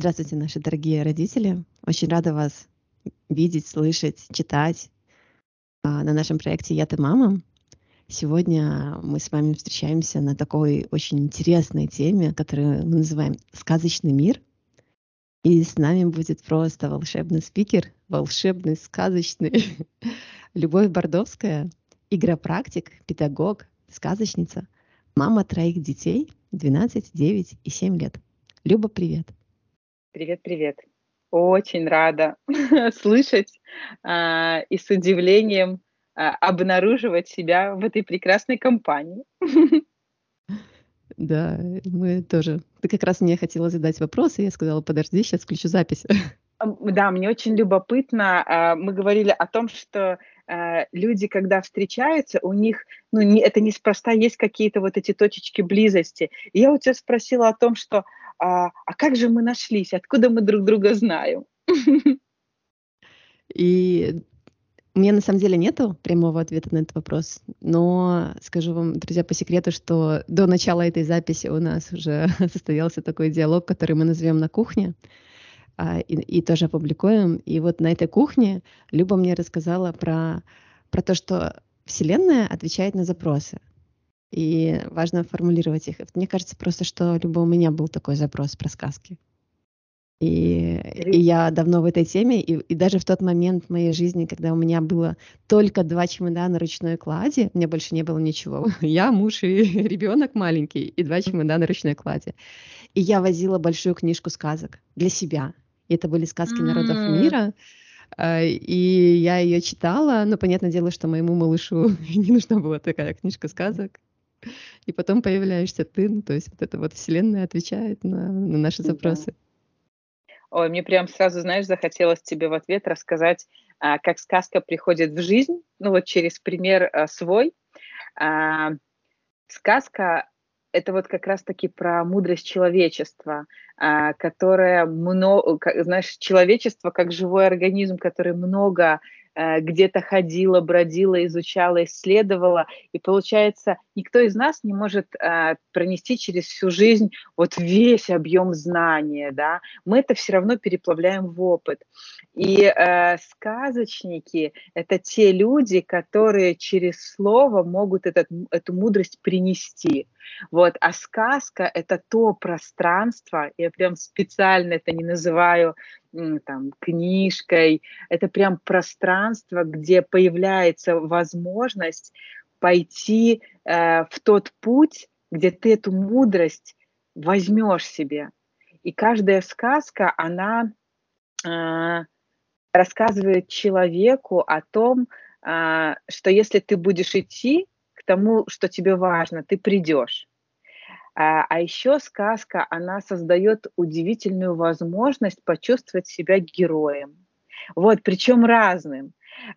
Здравствуйте, наши дорогие родители. Очень рада вас видеть, слышать, читать на нашем проекте «Я, ты, мама». Сегодня мы с вами встречаемся на такой очень интересной теме, которую мы называем «Сказочный мир». И с нами будет просто волшебный спикер, волшебный, сказочный Любовь Бордовская, игропрактик, педагог, сказочница, мама троих детей, 12, 9 и 7 лет. Люба, привет. Привет, привет. Очень рада слышать и с удивлением обнаруживать себя в этой прекрасной компании. Да, мы тоже. Ты как раз мне хотела задать вопрос, и я сказала: "Подожди, сейчас включу запись". Да, мне очень любопытно. Мы говорили о том, что люди, когда встречаются, у них, ну, это неспроста, есть какие-то вот эти точечки близости. И я у тебя спросила о том, что а как же мы нашлись, откуда мы друг друга знаем? И у меня на самом деле нету прямого ответа на этот вопрос, но скажу вам, друзья, по секрету, что до начала этой записи у нас уже состоялся такой диалог, который мы назовем "На кухне", и тоже опубликуем. И вот на этой кухне Люба мне рассказала про то, что Вселенная отвечает на запросы, и важно формулировать их. Вот мне кажется просто, что, Люба, у меня был такой запрос про сказки. И я давно в этой теме, и даже в тот момент в моей жизни, когда у меня было только 2 чемодана ручной клади, у меня больше не было ничего. Я, муж и ребенок маленький, и 2 чемодана ручной клади. И я возила большую книжку сказок для себя. И это были сказки народов М, мира, и я ее читала, но понятное дело, что моему малышу не нужна была такая книжка сказок. И потом появляешься ты, ну, то есть вот эта вот вселенная отвечает на наши Да. запросы. Ой, мне прям сразу, знаешь, захотелось тебе в ответ рассказать, как сказка приходит в жизнь. Ну, вот через пример свой. А, Сказка — это вот как раз-таки про мудрость человечества, которая знаешь, человечество как живой организм, который много где-то ходило, бродило, изучало, исследовало. И получается, никто из нас не может пронести через всю жизнь вот весь объем знания, да. Мы это все равно переплавляем в опыт. И сказочники — это те люди, которые через слово могут эту мудрость принести. Вот. А сказка — это то пространство, я прям специально это не называю там, книжкой, это прям пространство, где появляется возможность пойти в тот путь, где ты эту мудрость возьмешь себе. И каждая сказка, она а, рассказывает человеку о том, что если ты будешь идти к тому, что тебе важно, ты придешь. А еще сказка, она создает удивительную возможность почувствовать себя героем. Вот, причем разным.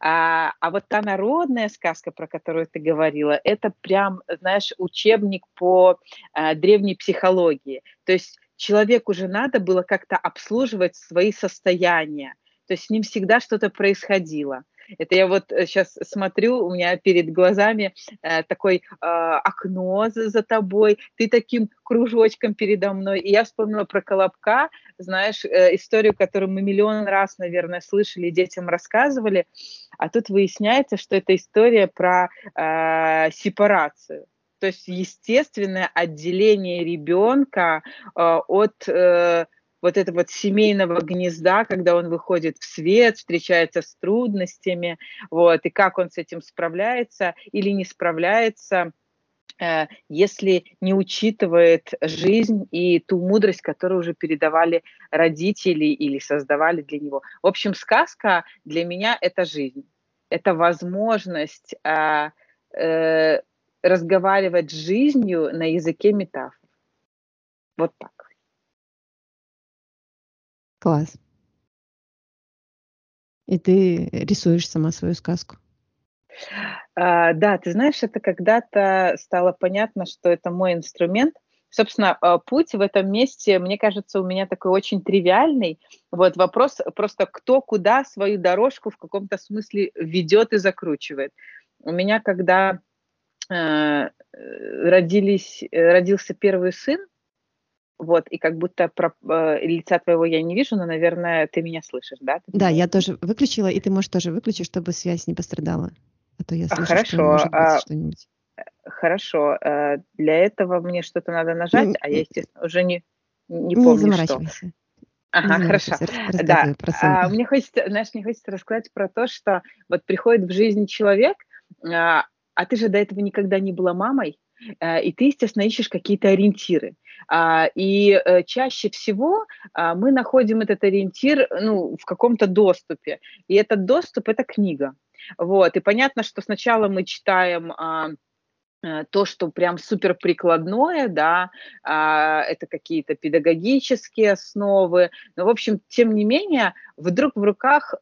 А вот та народная сказка, про которую ты говорила, это прям, знаешь, учебник по древней психологии. То есть человеку же надо было как-то обслуживать свои состояния. То есть с ним всегда что-то происходило. Это я вот сейчас смотрю, у меня перед глазами такое окно за тобой, ты таким кружочком передо мной. И я вспомнила про Колобка, знаешь, историю, которую мы миллион раз, наверное, слышали, детям рассказывали, а тут выясняется, что это история про сепарацию. То есть естественное отделение ребенка от вот этого вот семейного гнезда, когда он выходит в свет, встречается с трудностями, вот, и как он с этим справляется или не справляется, если не учитывает жизнь и ту мудрость, которую уже передавали родители или создавали для него. В общем, сказка для меня — это жизнь. Это возможность э, разговаривать с жизнью на языке метафор. Вот так. Класс. И ты рисуешь сама свою сказку. Да, ты знаешь, это когда-то стало понятно, что это мой инструмент. Собственно, путь в этом месте, мне кажется, у меня такой очень тривиальный. Вот вопрос просто, кто куда свою дорожку в каком-то смысле ведет и закручивает. У меня, когда родился первый сын, Вот, и как будто лица твоего я не вижу, но, наверное, ты меня слышишь, да? Ты Да, меня я видишь? тоже выключила, и ты можешь тоже выключить, чтобы связь не пострадала. А то я слышу, что Хорошо, может быть что-нибудь. хорошо. Для этого мне что-то надо нажать, Н- а я, н- естественно, уже не Не помню, что. заморачивайся. Не Ага, хорошо. заморачивайся. Да. Рассказывай про сон. Мне хочется, знаешь, мне хочется рассказать про то, что вот приходит в жизнь человек, а, а ты же до этого никогда не была мамой, и ты, естественно, ищешь какие-то ориентиры. Чаще всего мы находим этот ориентир, ну, в каком-то доступе. И этот доступ — это книга. Вот. И понятно, что сначала мы читаем то, что прям супер прикладное, да, это какие-то педагогические основы. Но, в общем, тем не менее, вдруг в руках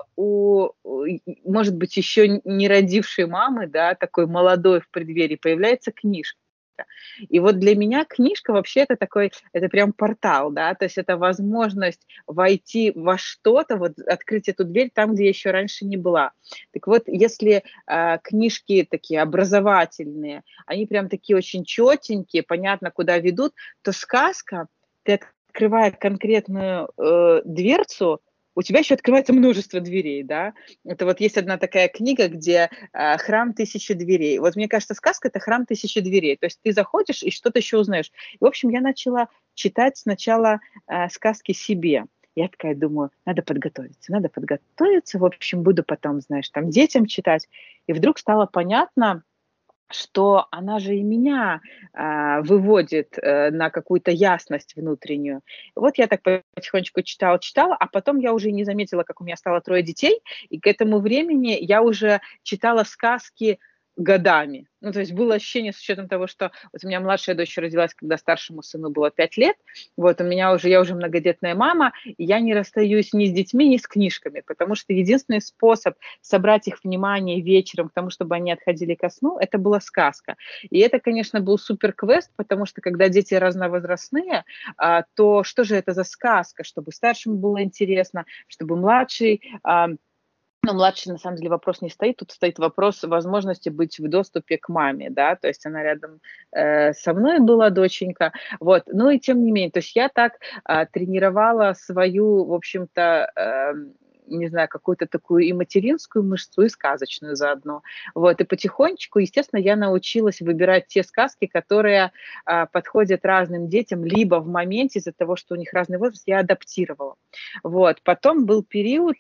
может быть, еще не родившей мамы, да, такой молодой в преддверии, появляется книжка. И вот для меня книжка вообще это такой, это прям портал, да, то есть это возможность войти во что-то, вот открыть эту дверь там, где я еще раньше не была. Так вот, если книжки такие образовательные, они прям такие очень четенькие, понятно, куда ведут, то сказка, ты открывая конкретную дверцу, у тебя еще открывается множество дверей, да. Это вот есть одна такая книга, где храм тысячи дверей. Вот мне кажется, сказка — это храм тысячи дверей. То есть ты заходишь и что-то еще узнаешь. И, в общем, я начала читать сначала сказки себе. Я такая думаю, надо подготовиться, надо подготовиться. В общем, буду потом, знаешь, там детям читать. И вдруг стало понятно, что она же и меня выводит на какую-то ясность внутреннюю. Вот я так потихонечку читала, читала, а потом я уже не заметила, как у меня стало 3 детей, и к этому времени я уже читала сказки годами. Ну, то есть было ощущение, с учетом того, что вот у меня младшая дочь родилась, когда старшему сыну было 5 лет, вот я уже многодетная мама, и я не расстаюсь ни с детьми, ни с книжками, потому что единственный способ собрать их внимание вечером к тому, чтобы они отходили ко сну, это была сказка. И это, конечно, был супер квест, потому что когда дети разновозрастные, то что же это за сказка, чтобы старшему было интересно, чтобы младший, ну, младший, на самом деле, вопрос не стоит. Тут стоит вопрос возможности быть в доступе к маме, да, то есть она рядом со мной была, доченька, вот. Ну и тем не менее, то есть я так тренировала свою, в общем-то, не знаю, какую-то такую и материнскую мышцу, и сказочную заодно. Вот, и потихонечку, естественно, я научилась выбирать те сказки, которые подходят разным детям, либо в моменте из-за того, что у них разный возраст, я адаптировала. Вот, потом был период,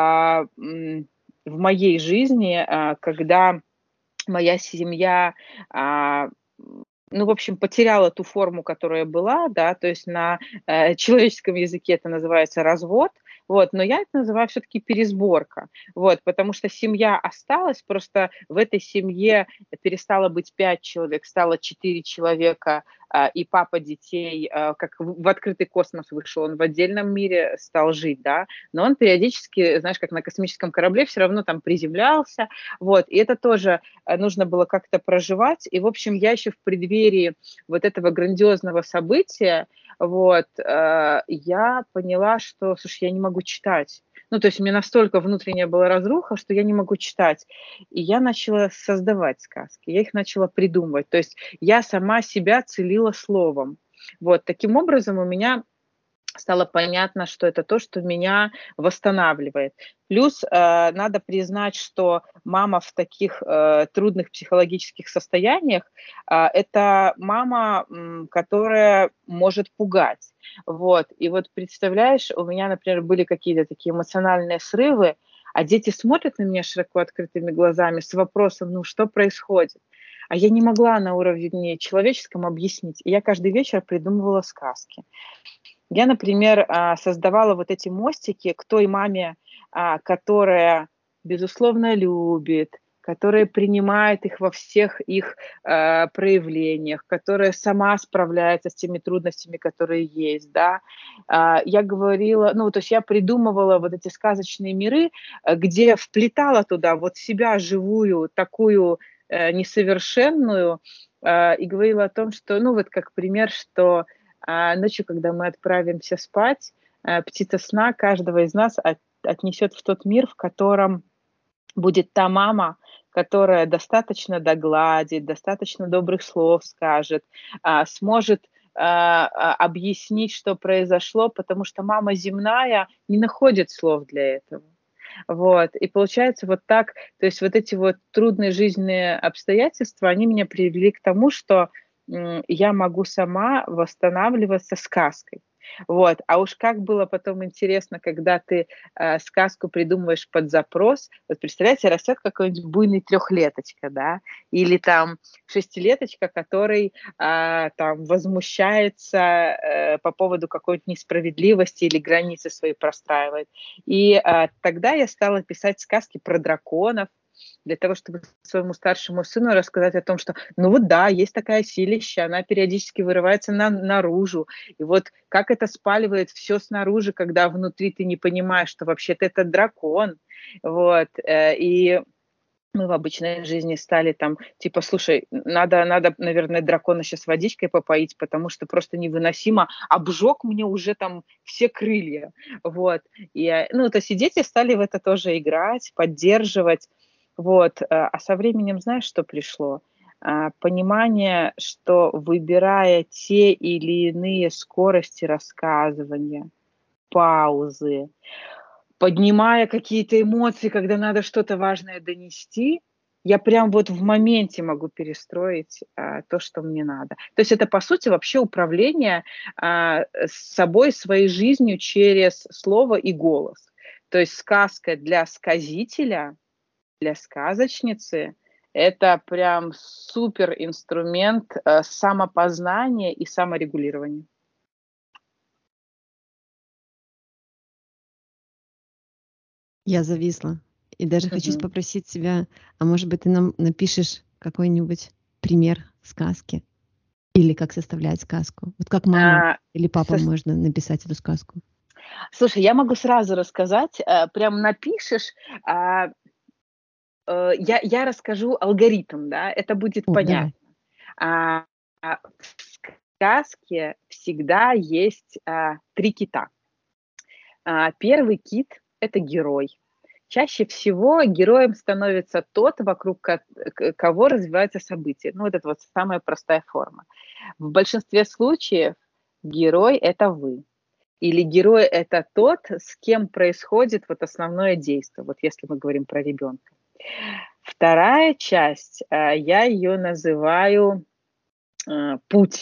в моей жизни, когда моя семья, а, ну, в общем, потеряла ту форму, которая была, да, то есть на человеческом языке это называется развод, вот, но я это называю все-таки пересборка, вот, потому что семья осталась, просто в этой семье перестало быть 5 человек, стало 4 человека, и папа детей, как в открытый космос вышел, он в отдельном мире стал жить, да, но он периодически, знаешь, как на космическом корабле, все равно там приземлялся, вот, и это тоже нужно было как-то проживать. И, в общем, я еще в преддверии вот этого грандиозного события, вот, я поняла, что, слушай, я не могу читать. Ну, то есть у меня настолько внутренняя была разруха, что я не могу читать. И я начала создавать сказки, я их начала придумывать. То есть я сама себя целила словом. Вот, таким образом у меня стало понятно, что это то, что меня восстанавливает. Плюс надо признать, что мама в таких трудных психологических состояниях это мама, которая может пугать. Вот. И вот представляешь, у меня, например, были какие-то такие эмоциональные срывы, а дети смотрят на меня широко открытыми глазами с вопросом, ну что происходит? А я не могла на уровне человеческом объяснить. И я каждый вечер придумывала сказки. Я, например, создавала вот эти мостики к той маме, которая, безусловно, любит, которая принимает их во всех их проявлениях, которая сама справляется с теми трудностями, которые есть, да. Я говорила, ну, то есть я придумывала вот эти сказочные миры, где вплетала туда вот себя живую, такую несовершенную, и говорила о том, что, ну, вот как пример, что ночью, когда мы отправимся спать, птица сна каждого из нас отнесет в тот мир, в котором будет та мама, которая достаточно догладит, достаточно добрых слов скажет, сможет объяснить, что произошло, потому что мама земная не находит слов для этого. Вот, и получается вот так, то есть вот эти вот трудные жизненные обстоятельства, они меня привели к тому, что я могу сама восстанавливаться сказкой. Вот, а уж как было потом интересно, когда ты сказку придумываешь под запрос. Вот представляете, растет какой-нибудь буйный трехлеточка, да, или там шестилеточка, который там возмущается по поводу какой-то несправедливости или границы свои простраивает. И тогда я стала писать сказки про драконов, для того, чтобы своему старшему сыну рассказать о том, что, ну вот да, есть такая силища, она периодически вырывается наружу, и вот как это спаливает все снаружи, когда внутри ты не понимаешь, что вообще-то это дракон, вот, и мы в обычной жизни стали там, типа, слушай, надо, наверное, дракона сейчас водичкой попоить, потому что просто невыносимо, обжег мне уже там все крылья, вот. И, ну, то есть и дети стали в это тоже играть, поддерживать, вот. А со временем, знаешь, что пришло? Понимание, что выбирая те или иные скорости рассказывания, паузы, поднимая какие-то эмоции, когда надо что-то важное донести, я прям вот в моменте могу перестроить то, что мне надо. То есть это, по сути, вообще управление собой, своей жизнью через слово и голос. То есть сказка для сказителя, для сказочницы — это прям супер инструмент самопознания и саморегулирования. Я зависла. И даже хочу Мгм. попросить тебя, а может быть, ты нам напишешь какой-нибудь пример сказки или как составлять сказку? Вот как мама А, или папа сос- можно написать эту сказку? Слушай, я могу сразу рассказать, прям напишешь, а, я расскажу алгоритм, да, это будет О, понятно. давай. А, в сказке всегда есть 3 кита. Первый кит — это герой. Чаще всего героем становится тот, вокруг кого развиваются события. Ну, вот это вот самая простая форма. В большинстве случаев герой — это вы. Или герой — это тот, с кем происходит вот основное действие, вот если мы говорим про ребенка. Вторая часть, я ее называю путь.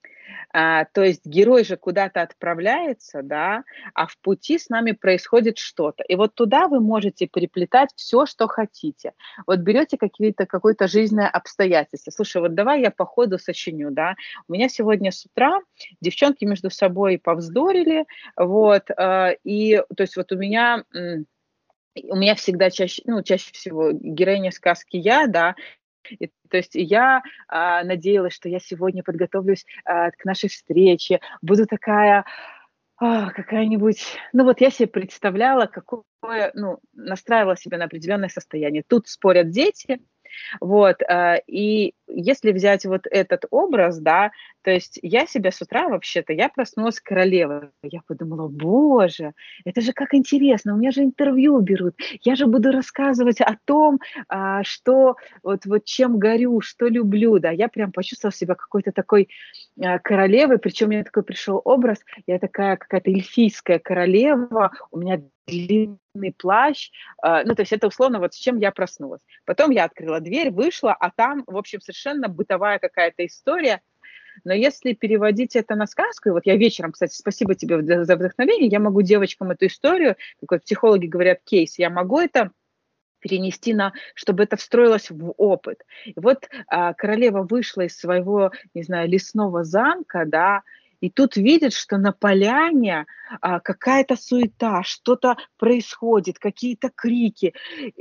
То есть герой же куда-то отправляется, да, а в пути с нами происходит что-то. И вот туда вы можете переплетать все, что хотите. Вот берете какое-то жизненное обстоятельство. Слушай, вот давай я по ходу сочиню, да. У меня сегодня с утра девчонки между собой повздорили, вот, и то есть вот у меня всегда чаще всего героиня сказки я, да, и, то есть я надеялась, что я сегодня подготовлюсь к нашей встрече, буду такая какая-нибудь, ну вот я себе представляла, какое, ну, настраивала себя на определенное состояние. Тут спорят дети, вот, и если взять вот этот образ, да, то есть я себя с утра вообще-то, я проснулась королевой. Я подумала: "Боже, это же как интересно, у меня же интервью берут, я же буду рассказывать о том, что вот чем горю, что люблю". Да, я прям почувствовала себя какой-то такой, королевой, причем у меня такой пришел образ, я такая какая-то эльфийская королева, у меня длинный плащ, ну, то есть это условно вот с чем я проснулась. Потом я открыла дверь, вышла, а там, в общем, совершенно бытовая какая-то история. Но если переводить это на сказку, и вот я вечером, кстати, спасибо тебе за вдохновение, я могу девочкам эту историю, как вот психологи говорят, кейс, я могу это перенести чтобы это встроилось в опыт. И вот королева вышла из своего, не знаю, лесного замка, да, и тут видит, что на поляне какая-то суета, что-то происходит, какие-то крики.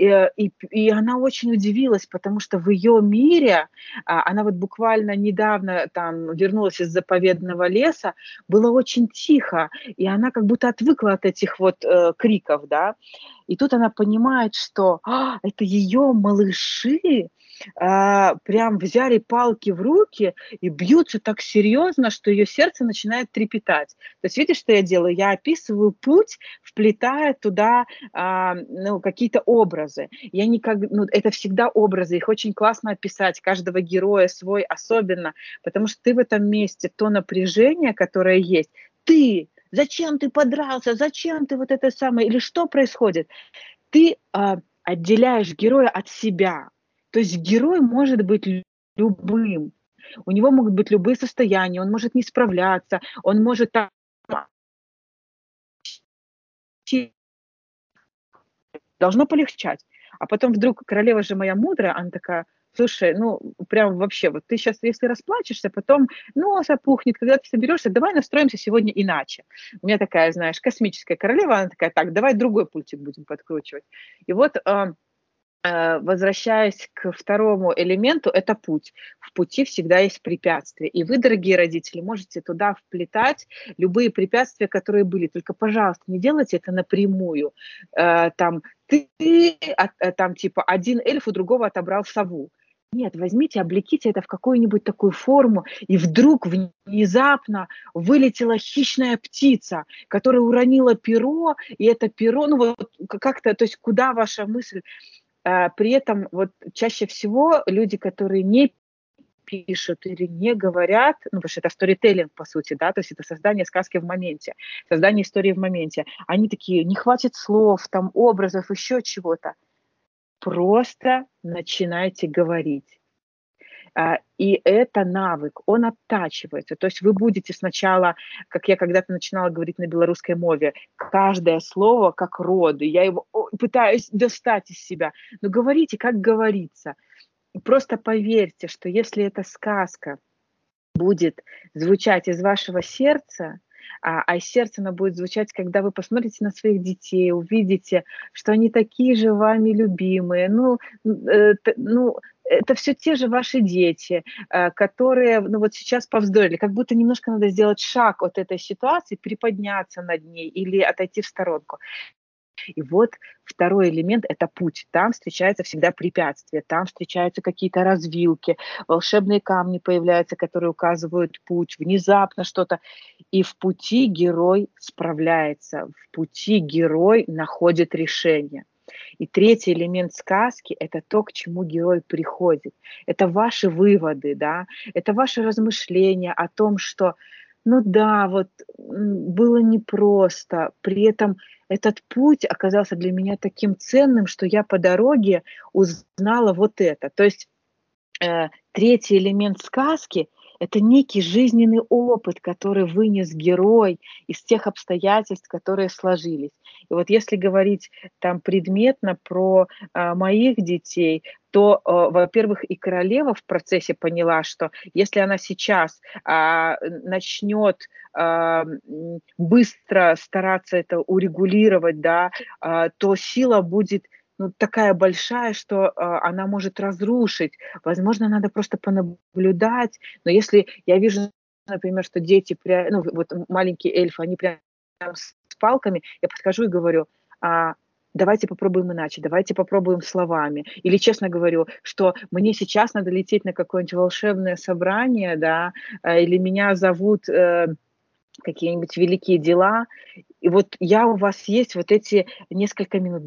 И она очень удивилась, потому что в ее мире, она вот буквально недавно там вернулась из заповедного леса, было очень тихо, и она как будто отвыкла от этих вот криков, да. И тут она понимает, что это ее малыши прям взяли палки в руки и бьются так серьезно, что ее сердце начинает трепетать. То есть видишь, что я делаю? Я описываю путь, вплетая туда какие-то образы. Это всегда образы, их очень классно описать, каждого героя свой особенно, потому что ты в этом месте, то напряжение, которое есть, зачем ты подрался, зачем ты вот это самое, или что происходит? Ты отделяешь героя от себя. То есть герой может быть любым. У него могут быть любые состояния, он может не справляться, он может там должно полегчать. А потом вдруг королева же моя мудрая, она такая: слушай, прям вообще, вот ты сейчас, если расплачешься, потом нос опухнет, когда ты соберешься, давай настроимся сегодня иначе. У меня такая, знаешь, космическая королева, она такая: так, давай другой пультик будем подкручивать. И вот возвращаясь к второму элементу, это путь. В пути всегда есть препятствия. И вы, дорогие родители, можете туда вплетать любые препятствия, которые были. Только, пожалуйста, не делайте это напрямую. Там типа один эльф у другого отобрал сову. Нет, возьмите, облеките это в какую-нибудь такую форму, и вдруг внезапно вылетела хищная птица, которая уронила перо, и это перо, как-то, то есть куда ваша мысль? При этом вот чаще всего люди, которые не пишут или не говорят, потому что это сторителлинг, по сути, да, то есть это создание сказки в моменте, создание истории в моменте. Они такие: не хватит слов, там, образов, еще чего-то. Просто начинайте говорить. И это навык, он оттачивается. То есть вы будете сначала, как я когда-то начинала говорить на белорусской мове, каждое слово как роды. Я его пытаюсь достать из себя. Но говорите, как говорится. Просто поверьте, что если эта сказка будет звучать из вашего сердца, из сердца она будет звучать, когда вы посмотрите на своих детей, увидите, что они такие же вами любимые. Это все те же ваши дети, которые вот сейчас повздорили. Как будто немножко надо сделать шаг от этой ситуации, приподняться над ней или отойти в сторонку. И вот второй элемент – это путь. Там встречаются всегда препятствия, там встречаются какие-то развилки, волшебные камни появляются, которые указывают путь, внезапно что-то. И в пути герой справляется, в пути герой находит решение. И третий элемент сказки – это то, к чему герой приходит. Это ваши выводы, да? Это ваши размышления о том, что было непросто, при этом этот путь оказался для меня таким ценным, что я по дороге узнала вот это. То есть третий элемент сказки – это некий жизненный опыт, который вынес герой из тех обстоятельств, которые сложились. И вот если говорить там предметно про моих детей, то, во-первых, и королева в процессе поняла, что если она сейчас начнет быстро стараться это урегулировать, да, то сила будет такая большая, что она может разрушить. Возможно, надо просто понаблюдать. Но если я вижу, например, что дети, вот маленькие эльфы, они прям с палками, я подхожу и говорю: давайте попробуем иначе, давайте попробуем словами. Или честно говорю, что мне сейчас надо лететь на какое-нибудь волшебное собрание, да, или меня зовут какие-нибудь великие дела, и вот у вас есть вот эти несколько минут,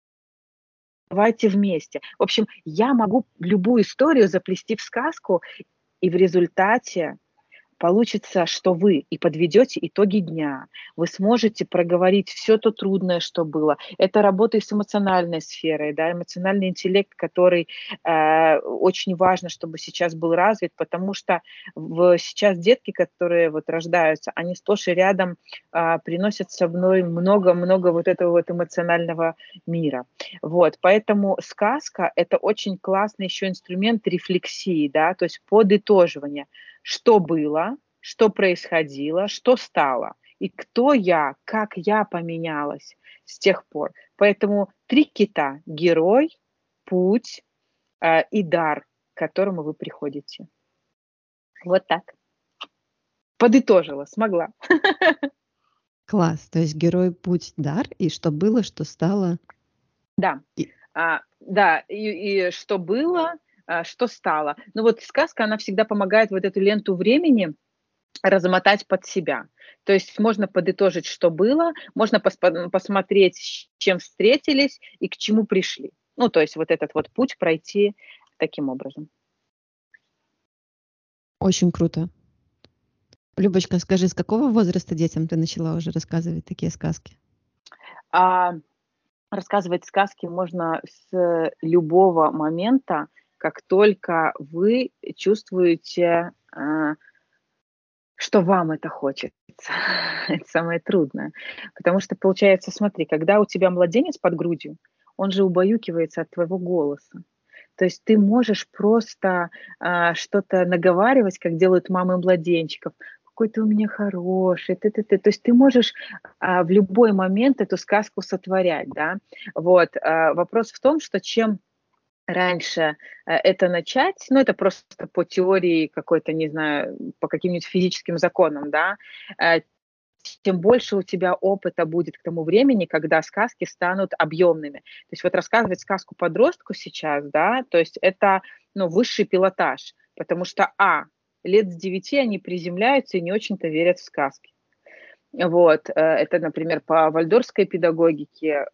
давайте вместе. В общем, я могу любую историю заплести в сказку, и в результате получится, что вы и подведете итоги дня, вы сможете проговорить все то трудное, что было. Это работа с эмоциональной сферой, да, эмоциональный интеллект, который очень важно, чтобы сейчас был развит, потому что сейчас детки, которые вот рождаются, они сплошь и рядом приносят со мной много-много вот этого вот эмоционального мира. Вот, поэтому сказка – это очень классный еще инструмент рефлексии, да, то есть подытоживания. Что было, что происходило, что стало, и кто я, как я поменялась с тех пор. Поэтому 3 кита: герой, путь и дар, к которому вы приходите. Вот так. Подытожила, смогла. Класс. То есть герой, путь, дар, и что было, что стало. Да, И да, и что было, что стало. Но вот сказка, она всегда помогает вот эту ленту времени размотать под себя. То есть можно подытожить, что было, можно посмотреть, с чем встретились и к чему пришли. Ну, то есть вот этот вот путь пройти таким образом. очень круто. Любочка, скажи, с какого возраста детям ты начала уже рассказывать такие сказки? А, Рассказывать сказки можно с любого момента, как только вы чувствуете, что вам это хочется. Это самое трудное. Потому что получается, смотри, когда у тебя младенец под грудью, он же убаюкивается от твоего голоса. То есть ты можешь просто, что-то наговаривать, как делают мамы младенчиков. "Какой ты у меня хороший, ты". То есть ты можешь, в любой момент эту сказку сотворять, да. Вот, вопрос в том, что чем раньше, это начать, ну, это просто по теории какой-то, не знаю, по каким-нибудь физическим законам, да, э, тем больше у тебя опыта будет к тому времени, когда сказки станут объемными. То есть вот рассказывать сказку подростку сейчас, да, то есть это, ну, высший пилотаж, потому что, лет с 9 они приземляются и не очень-то верят в сказки. Вот, это, например, по вальдорфской педагогике,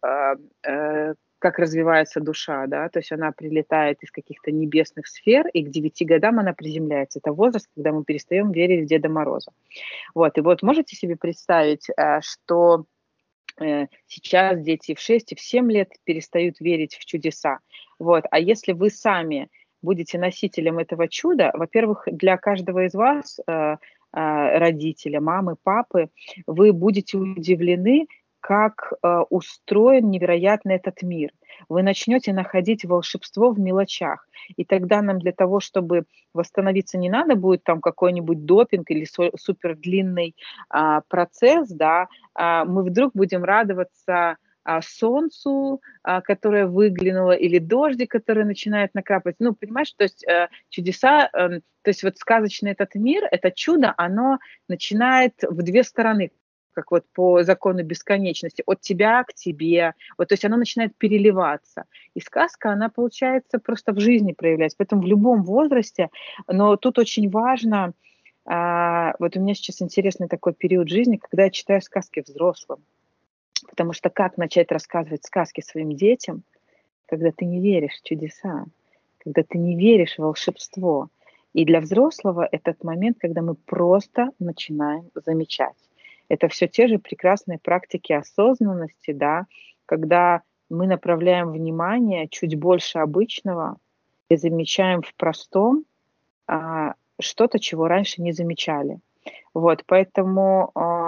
как развивается душа, да, то есть она прилетает из каких-то небесных сфер, и к 9 годам она приземляется. Это возраст, когда мы перестаем верить в Деда Мороза. Вот, и вот можете себе представить, что сейчас дети в 6 и в 7 лет перестают верить в чудеса. Вот, а если вы сами будете носителем этого чуда, во-первых, для каждого из вас, родителя, мамы, папы, вы будете удивлены, как устроен невероятно этот мир. Вы начнете находить волшебство в мелочах. И тогда нам для того, чтобы восстановиться, не надо будет там какой-нибудь допинг или супер длинный процесс, да, мы вдруг будем радоваться солнцу, которое выглянуло, или дождик, который начинает накрапывать. Ну, понимаешь, то есть чудеса, то есть вот сказочный этот мир, это чудо, оно начинает в две стороны, как вот по закону бесконечности, от тебя к тебе. Вот, то есть оно начинает переливаться. И сказка, она, получается, просто в жизни проявляется. Поэтому в любом возрасте, но тут очень важно, вот у меня сейчас интересный такой период жизни, когда я читаю сказки взрослым. Потому что как начать рассказывать сказки своим детям, когда ты не веришь в чудеса, когда ты не веришь в волшебство? И для взрослого этот момент, когда мы просто начинаем замечать. Это все те же прекрасные практики осознанности, да, когда мы направляем внимание чуть больше обычного и замечаем в простом что-то, чего раньше не замечали. Вот, поэтому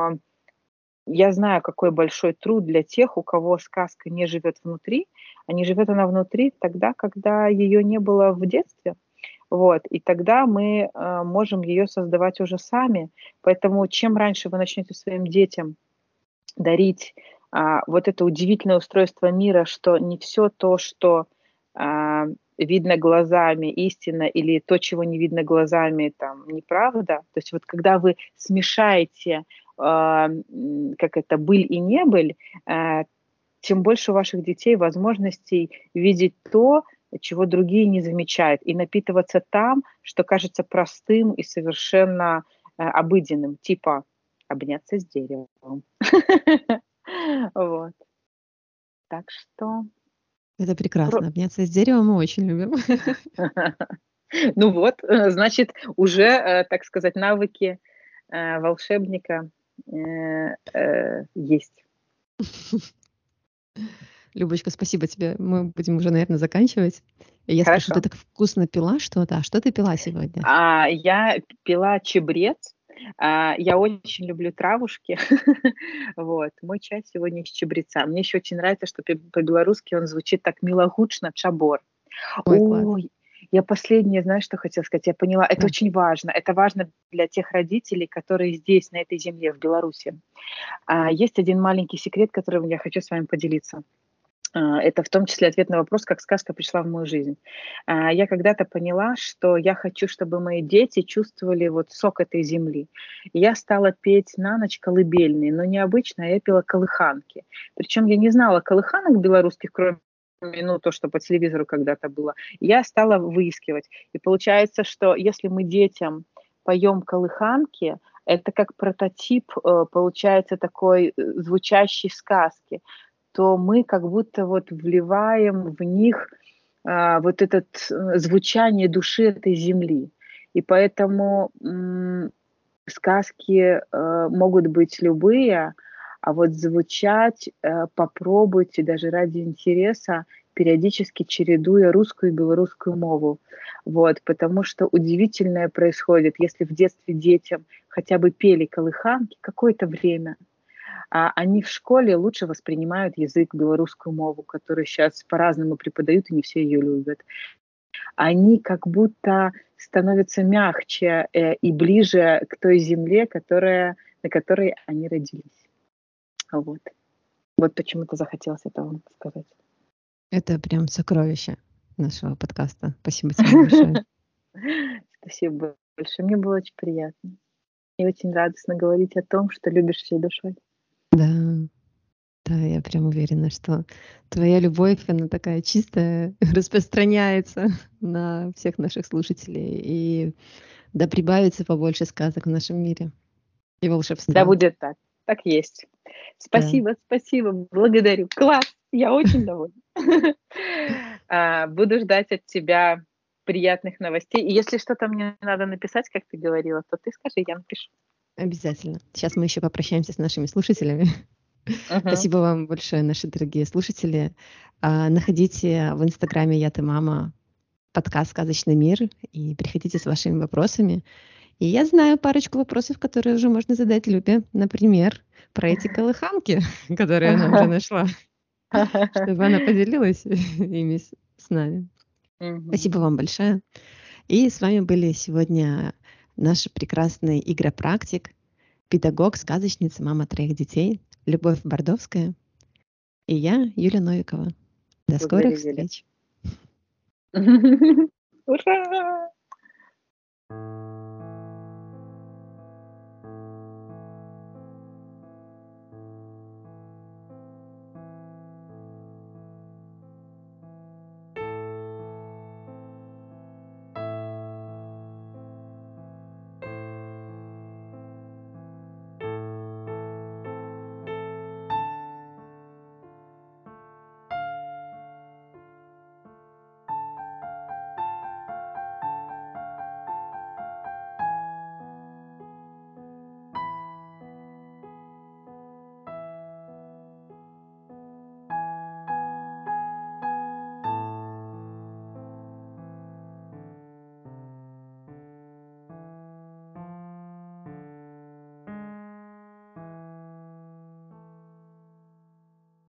я знаю, какой большой труд для тех, у кого сказка не живет внутри, а не живет она внутри тогда, когда ее не было в детстве. Вот, и тогда мы можем ее создавать уже сами. Поэтому чем раньше вы начнете своим детям дарить вот это удивительное устройство мира, что не все то, что видно глазами, истина, или то, чего не видно глазами, там, неправда. То есть вот когда вы смешаете, как это, быль и небыль, тем больше у ваших детей возможностей видеть то, чего другие не замечают, и напитываться там, что кажется простым и совершенно обыденным, типа обняться с деревом. Вот. Так что Это про прекрасно. Обняться с деревом мы очень любим. ну вот, значит, уже, так сказать, навыки, волшебника, есть. Любочка, спасибо тебе. Мы будем уже, наверное, заканчивать. Я спрошу, ты Хорошо. так вкусно пила что-то? А что ты пила сегодня? Я пила чабрец. Я очень люблю травушки. Вот. Мой чай сегодня из чабреца. Мне еще очень нравится, что по-белорусски он звучит так милогучно — чабор. Ой, класс. Ой, я последнее, знаешь, что хотела сказать? Я поняла, это Да. очень важно. Это важно для тех родителей, которые здесь, на этой земле, в Беларуси. Есть один маленький секрет, которым я хочу с вами поделиться. Это в том числе ответ на вопрос, как сказка пришла в мою жизнь. Я когда-то поняла, что я хочу, чтобы мои дети чувствовали вот сок этой земли. И я стала петь на ночь колыбельные, но не обычно, а я пела колыханки. Причем я не знала колыханок белорусских, кроме ну, то, что по телевизору когда-то было. Я стала выискивать. И получается, что если мы детям поем колыханки, это как прототип, получается, такой звучащей сказки, то мы как будто вот вливаем в них вот это звучание души этой земли. И поэтому сказки могут быть любые, а вот звучать попробуйте даже ради интереса, периодически чередуя русскую и белорусскую мову. Вот, потому что удивительное происходит, если в детстве детям хотя бы пели колыханки какое-то время, они в школе лучше воспринимают язык, белорусскую мову, которую сейчас по-разному преподают, и не все ее любят. Они как будто становятся мягче и ближе к той земле, на которой они родились. Вот. Вот почему-то захотелось это вам сказать. Это прям сокровище нашего подкаста. Спасибо тебе большое. Спасибо большое. Мне было очень приятно. И очень радостно говорить о том, что любишь всей душой. Да, да, я прям уверена, что твоя любовь, она такая чистая, распространяется на всех наших слушателей. И да прибавится побольше сказок в нашем мире и Да волшебства. будет так. Так есть. Спасибо, спасибо. Благодарю. Класс. Я очень довольна. Буду ждать от тебя приятных новостей. И если что-то мне надо написать, как ты говорила, то ты скажи, я напишу. Обязательно. Сейчас мы еще попрощаемся с нашими слушателями. Спасибо вам большое, наши дорогие слушатели. Находите в Инстаграме «Я, ты, мама» подкаст «Сказочный мир» и приходите с вашими вопросами. И я знаю парочку вопросов, которые уже можно задать Любе. Например, про эти колыханки, которые она уже нашла, чтобы она поделилась ими с нами. Спасибо вам большое. И с вами были сегодня наш прекрасный игропрактик, педагог, сказочница, мама 3 детей Любовь Бордовская и я, Юля Новикова. До скорых встреч. Ура!